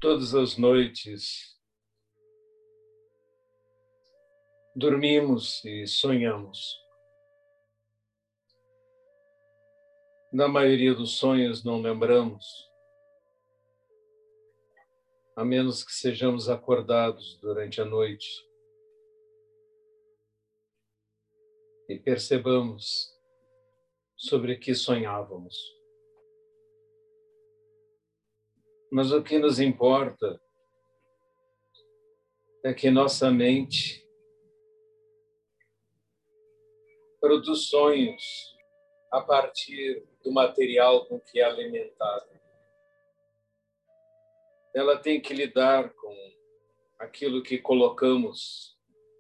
Todas as noites dormimos e sonhamos. Na maioria dos sonhos não lembramos, a menos que sejamos acordados durante a noite e percebamos sobre que sonhávamos. Mas o que nos importa é que nossa mente produz sonhos a partir do material com que é alimentada. Ela tem que lidar com aquilo que colocamos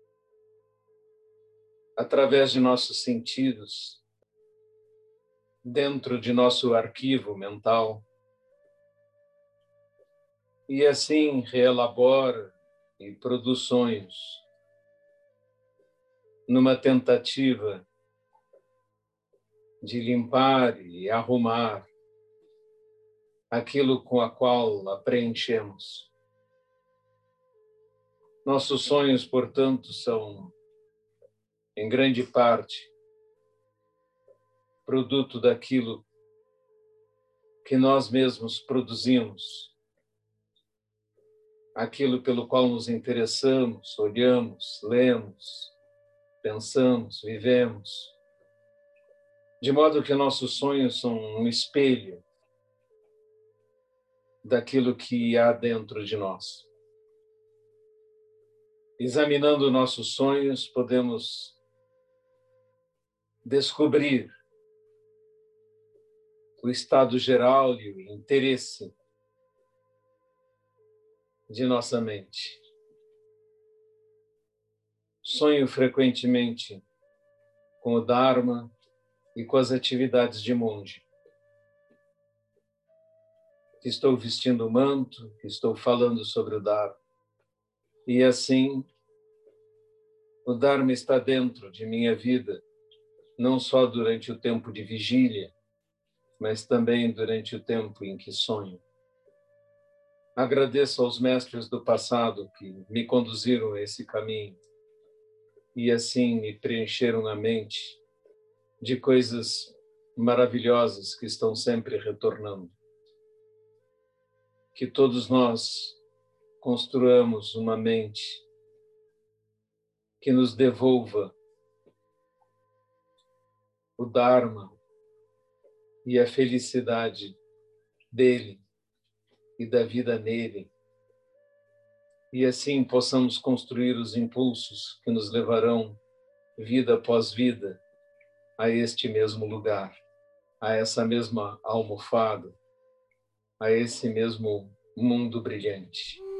através de nossos sentidos dentro de nosso arquivo mental e assim reelabora e produz sonhos numa tentativa de limpar e arrumar aquilo com a qual a preenchemos. Nossos sonhos, portanto, são, em grande parte, produto daquilo que nós mesmos produzimos, aquilo pelo qual nos interessamos, olhamos, lemos, pensamos, vivemos, de modo que nossos sonhos são um espelho daquilo que há dentro de nós. Examinando nossos sonhos, podemos descobrir o estado geral e o interesse de nossa mente. Sonho frequentemente com o Dharma e com as atividades de monge. Estou vestindo o manto, estou falando sobre o Dharma. E assim, o Dharma está dentro de minha vida, não só durante o tempo de vigília, mas também durante o tempo em que sonho. Agradeço aos mestres do passado que me conduziram a esse caminho e assim me preencheram a mente de coisas maravilhosas que estão sempre retornando. Que todos nós construamos uma mente que nos devolva o Dharma e a felicidade dele e da vida nele. E assim possamos construir os impulsos que nos levarão, vida após vida, a este mesmo lugar, a essa mesma almofada, a esse mesmo mundo brilhante.